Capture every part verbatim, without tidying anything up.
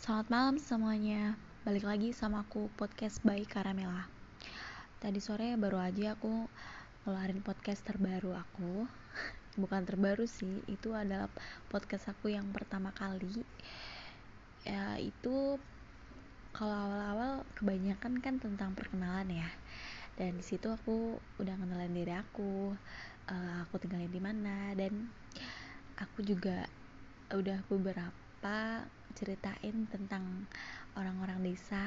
Selamat malam semuanya. Balik lagi sama aku podcast by Karamela. Tadi sore baru aja aku ngeluarin podcast terbaru aku. Bukan terbaru sih, itu adalah podcast aku yang pertama kali. Ya itu kalau awal-awal kebanyakan kan tentang perkenalan ya. Dan di situ aku udah ngenalin diri aku, uh, aku tinggalin di mana, dan aku juga udah beberapa ceritain tentang orang-orang desa.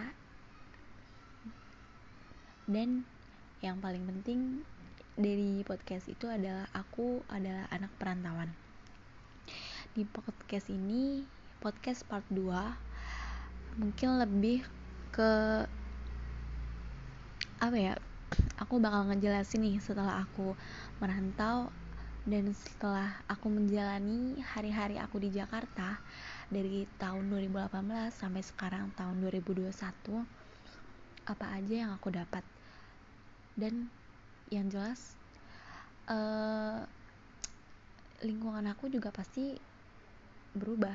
Dan yang paling penting dari podcast itu adalah aku adalah anak perantauan. Di podcast ini, podcast part dua, mungkin lebih ke apa ya, aku bakal ngejelasin nih setelah aku merantau dan setelah aku menjalani hari-hari aku di Jakarta dari tahun dua ribu delapan belas sampai sekarang tahun dua ribu dua puluh satu, apa aja yang aku dapat. Dan yang jelas uh, lingkungan aku juga pasti berubah.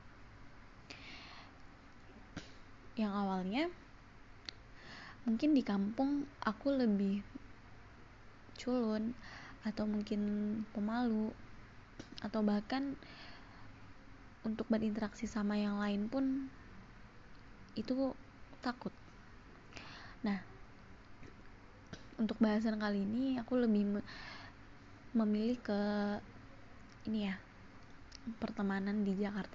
Yang awalnya mungkin di kampung aku lebih culun atau mungkin pemalu, atau bahkan untuk berinteraksi sama yang lain pun itu takut. Nah, untuk bahasan kali ini aku lebih me- memilih ke ini ya, pertemanan di Jakarta.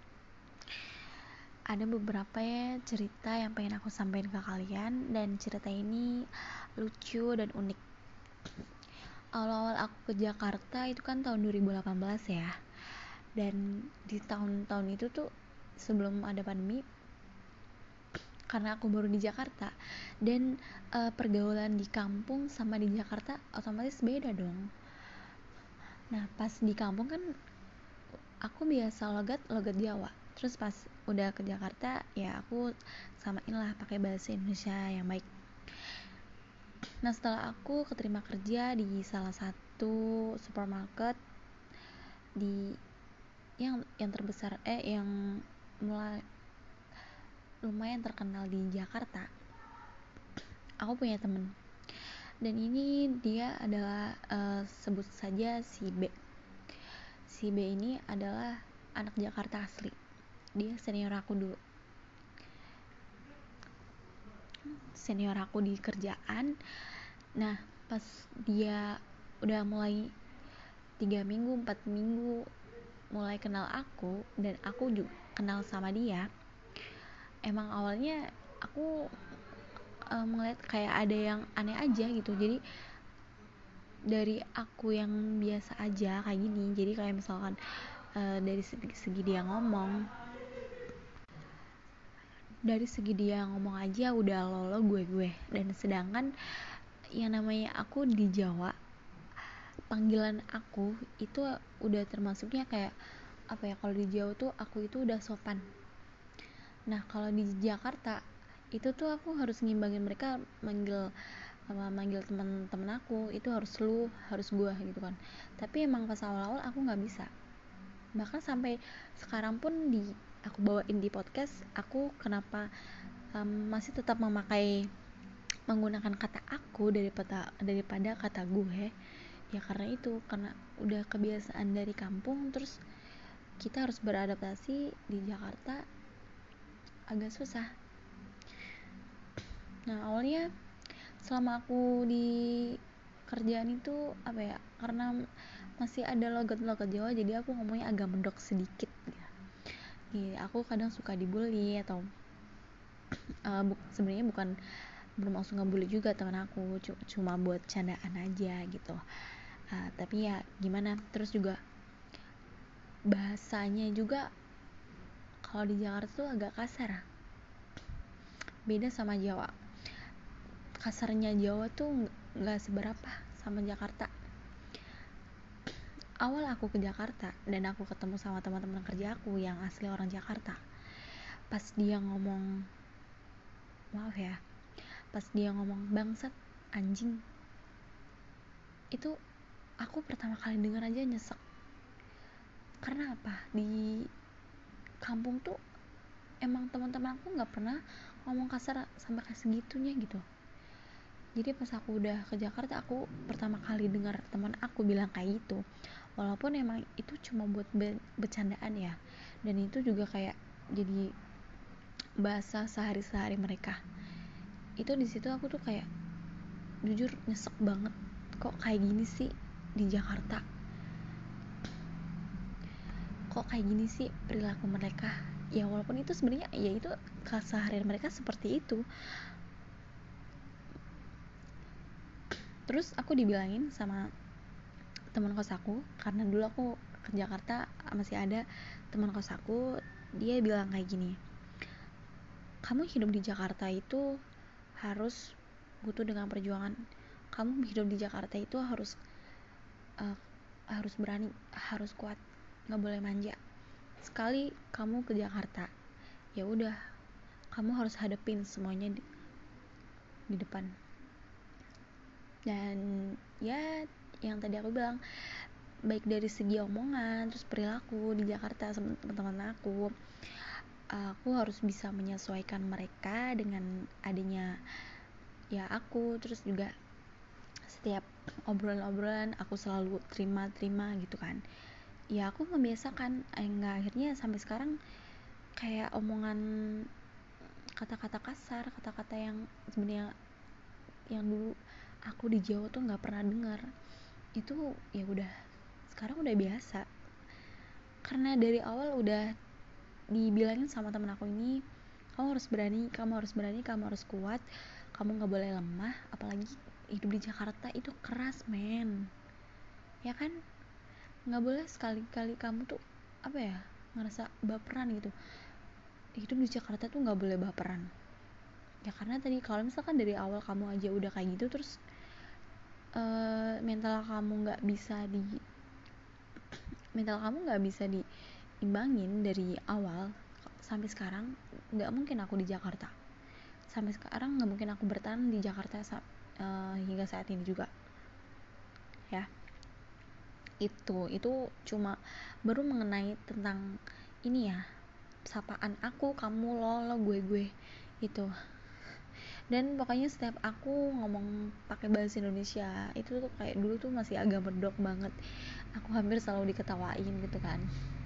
Ada beberapa ya cerita yang pengen aku sampaikan ke kalian, dan cerita ini lucu dan unik. Awal-awal aku ke Jakarta itu kan tahun dua ribu delapan belas ya, dan di tahun-tahun itu tuh sebelum ada pandemi, karena aku baru di Jakarta, dan uh, pergaulan di kampung sama di Jakarta otomatis beda dong. Nah, pas di kampung kan aku biasa logat logat Jawa, terus pas udah ke Jakarta ya aku samain lah pakai bahasa Indonesia yang baik. Nah, setelah aku keterima kerja di salah satu supermarket di yang yang terbesar eh yang mulai lumayan terkenal di Jakarta, aku punya temen, dan ini dia adalah uh, sebut saja si B. Si B ini adalah anak Jakarta asli. Dia senior aku dulu, senior aku di kerjaan. Nah, pas dia udah mulai tiga minggu, empat minggu mulai kenal aku, dan aku juga kenal sama dia, emang awalnya aku uh, melihat kayak ada yang aneh aja gitu. Jadi dari aku yang biasa aja kayak gini, jadi kayak misalkan uh, dari segi, segi dia ngomong dari segi dia ngomong aja udah lolo gue gue dan sedangkan yang namanya aku di Jawa, panggilan aku itu udah termasuknya kayak apa ya, kalau di Jawa tuh aku itu udah sopan. Nah, kalau di Jakarta itu tuh aku harus ngimbangin mereka, manggil sama manggil teman-teman aku itu harus lu, harus gua gitu kan. Tapi emang pas awal-awal aku nggak bisa. Bahkan sampai sekarang pun di aku bawain di podcast, aku kenapa um, masih tetap memakai menggunakan kata aku daripada daripada kata gue, ya karena itu, karena udah kebiasaan dari kampung, terus kita harus beradaptasi di Jakarta agak susah. Nah, awalnya selama aku di kerjaan itu apa ya, karena masih ada logat-logat Jawa, jadi aku ngomongnya agak mendok sedikit ya. Jadi aku kadang suka dibully atau uh, bu- sebenarnya bukan bermaksud ngebully juga teman aku, cuma buat candaan aja gitu. Uh, tapi ya gimana, terus juga bahasanya juga kalau di Jakarta tuh agak kasar, beda sama Jawa. Kasarnya Jawa tuh nggak seberapa sama Jakarta. Awal aku ke Jakarta dan aku ketemu sama teman-teman kerja aku yang asli orang Jakarta, pas dia ngomong, maaf ya, pas dia ngomong bangsat, anjing, itu aku pertama kali denger aja nyesek. Karena apa, di kampung tuh emang teman-teman aku nggak pernah ngomong kasar sampai kayak segitunya gitu. Jadi pas aku udah ke Jakarta, aku pertama kali dengar teman aku bilang kayak gitu. Walaupun emang itu cuma buat be- bercandaan ya, dan itu juga kayak jadi bahasa sehari-sehari mereka. Itu di situ aku tuh kayak jujur nyesek banget, kok kayak gini sih di Jakarta, kok kayak gini sih perilaku mereka. Ya walaupun itu sebenarnya ya itu keseharian mereka seperti itu. Terus aku dibilangin sama teman kos aku, karena dulu aku ke Jakarta masih ada teman kos aku, dia bilang kayak gini, kamu hidup di Jakarta itu harus butuh dengan perjuangan, kamu hidup di Jakarta itu harus uh, harus berani, harus kuat, nggak boleh manja. Sekali kamu ke Jakarta, ya udah, kamu harus hadapin semuanya di, di depan. Dan ya yang tadi aku bilang, baik dari segi omongan, terus perilaku di Jakarta sama teman-teman aku, aku harus bisa menyesuaikan mereka dengan adanya ya aku. Terus juga setiap obrolan-obrolan aku selalu terima-terima gitu kan. Ya aku membiasakan, enggak, akhirnya sampai sekarang kayak omongan kata-kata kasar, kata-kata yang sebenarnya yang dulu aku di Jawa tuh nggak pernah dengar, itu ya udah sekarang udah biasa. Karena dari awal udah dibilangin sama temen aku ini, kamu harus berani, kamu harus berani, kamu harus kuat, kamu nggak boleh lemah. Apalagi hidup di Jakarta itu keras men, ya kan? Nggak boleh sekali-kali kamu tuh apa ya, ngerasa baperan gitu. Hidup di Jakarta tuh nggak boleh baperan ya, karena tadi kalau misalkan dari awal kamu aja udah kayak gitu, terus uh, mental kamu nggak bisa di mental kamu nggak bisa diimbangin dari awal sampai sekarang, nggak mungkin aku di Jakarta sampai sekarang, nggak mungkin aku bertahan di Jakarta uh, hingga saat ini juga ya. Itu itu cuma baru mengenai tentang ini ya, sapaan aku, kamu, lo, lo, gue, gue itu. Dan pokoknya setiap aku ngomong pakai bahasa Indonesia itu tuh kayak dulu tuh masih agak medok banget, aku hampir selalu diketawain gitu kan.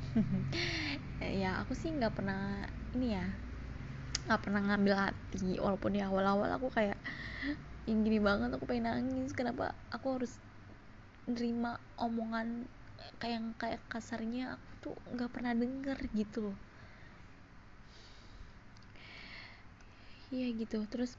Ya aku sih nggak pernah ini ya, nggak pernah ngambil hati, walaupun di awal-awal aku kayak yang gini banget, aku pengen nangis, kenapa aku harus nerima omongan kayak kayak kasarnya aku tuh nggak pernah denger gitu loh. Iya gitu. Terus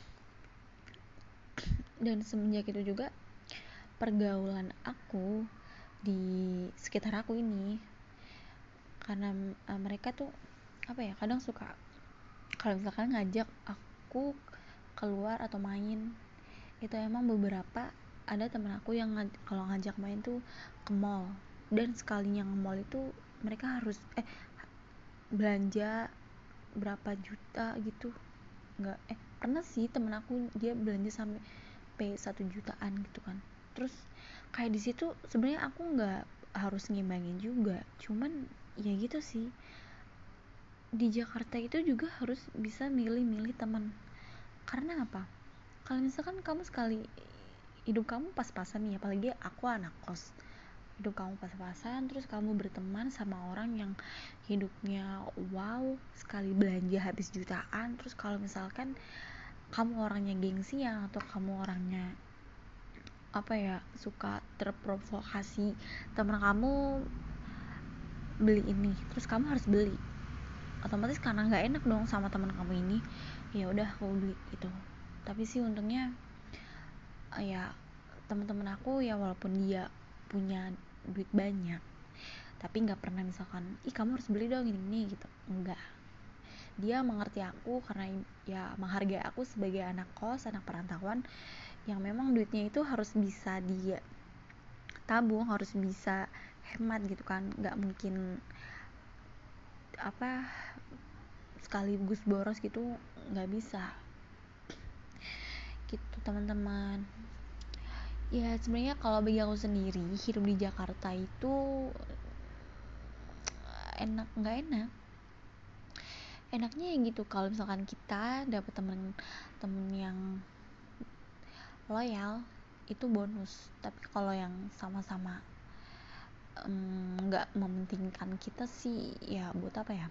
dan semenjak itu juga pergaulan aku di sekitar aku ini, karena uh, mereka tuh apa ya, kadang suka kalau misalkan ngajak aku keluar atau main, itu emang beberapa ada temen aku yang ngaj- kalau ngajak main tuh ke mall, dan sekalinya ke mall itu mereka harus eh belanja berapa juta gitu. Nggak, eh pernah sih temen aku dia belanja sampai p satu jutaan gitu kan. Terus kayak di situ sebenarnya aku nggak harus ngimbangin juga, cuman ya gitu sih, di Jakarta itu juga harus bisa milih-milih teman. Karena apa, kalau misalkan kamu sekali hidup kamu pas-pasan nih, apalagi aku anak kos, hidup kamu pas-pasan, terus kamu berteman sama orang yang hidupnya wow, sekali belanja habis jutaan. Terus kalau misalkan kamu orangnya gengsian atau kamu orangnya apa ya, suka terprovokasi teman kamu beli ini, terus kamu harus beli, otomatis karena nggak enak dong sama teman kamu ini, ya udah aku beli gitu. Tapi sih untungnya ya teman-teman aku ya walaupun dia punya duit banyak, tapi nggak pernah misalkan ih kamu harus beli dong ini ini gitu, enggak. Dia mengerti aku karena ya menghargai aku sebagai anak kos, anak perantauan yang memang duitnya itu harus bisa dia tabung, harus bisa hemat gitu kan, nggak mungkin apa sekaligus boros gitu, nggak bisa gitu teman-teman. Ya sebenarnya kalau bagi aku sendiri, hidup di Jakarta itu enak nggak enak, enaknya ya gitu, kalau misalkan kita dapet temen-temen yang loyal itu bonus, tapi kalau yang sama-sama nggak um, mementingkan kita sih ya buat apa ya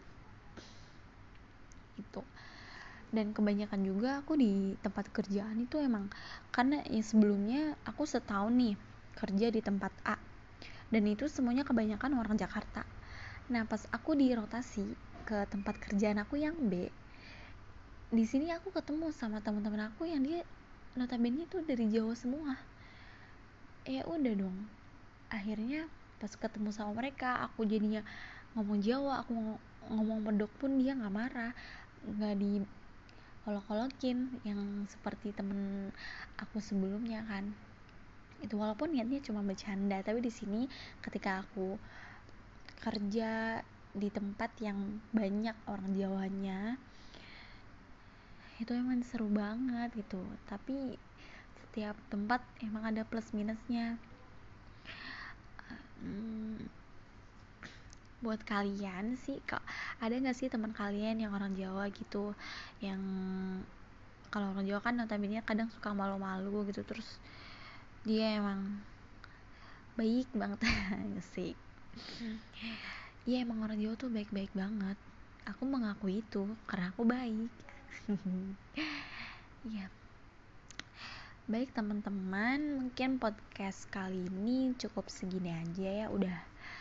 itu. Dan kebanyakan juga aku di tempat kerjaan itu emang karena ya sebelumnya aku setahun nih kerja di tempat A dan itu semuanya kebanyakan orang Jakarta. Nah pas aku dirotasi ke tempat kerjaan aku yang B, di sini aku ketemu sama teman-teman aku yang dia notabene itu dari Jawa semua. Ya udah dong, akhirnya pas ketemu sama mereka aku jadinya ngomong Jawa, aku ngomong medok pun dia nggak marah, nggak di kolok-kolokin yang seperti temen aku sebelumnya kan. Itu walaupun niatnya cuma bercanda, tapi di sini ketika aku kerja di tempat yang banyak orang Jawanya itu emang seru banget gitu. Tapi setiap tempat emang ada plus minusnya. hmm, buat kalian sih, kok ada nggak sih teman kalian yang orang Jawa gitu, yang kalau orang Jawa kan notabene kadang suka malu-malu gitu, terus dia emang baik banget sih. Iya emang orang Jawa tuh baik-baik banget, aku mengakui itu karena aku baik. Iya. Baik teman-teman, mungkin podcast kali ini cukup segini aja ya. Udah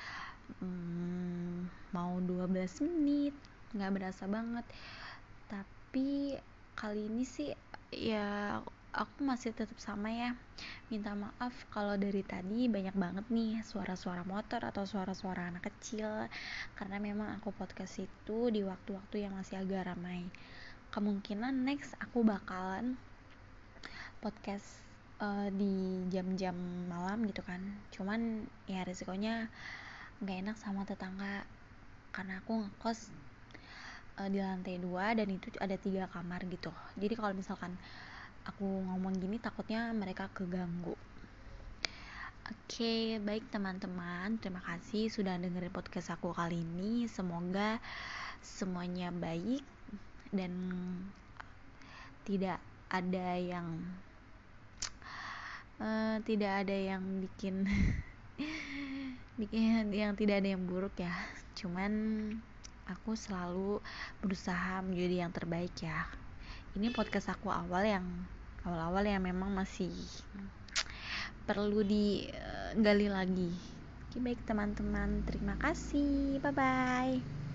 hmm, mau dua belas menit, nggak berasa banget. Tapi kali ini sih ya aku masih tetap sama ya, minta maaf kalau dari tadi banyak banget nih suara-suara motor atau suara-suara anak kecil, karena memang aku podcast itu di waktu-waktu yang masih agak ramai. Kemungkinan next aku bakalan podcast uh, di jam-jam malam gitu kan, cuman ya resikonya nggak enak sama tetangga karena aku ngekos uh, di lantai dua dan itu ada tiga kamar gitu. Jadi kalau misalkan aku ngomong gini takutnya mereka keganggu. Oke, baik teman-teman, terima kasih sudah dengerin podcast aku kali ini. Semoga semuanya baik dan tidak ada yang uh, tidak ada yang bikin bikin yang tidak ada yang buruk ya. Cuman aku selalu berusaha menjadi yang terbaik ya. Ini podcast aku awal yang awal-awal yang memang masih perlu digali lagi. Oke, baik teman-teman, terima kasih, bye bye.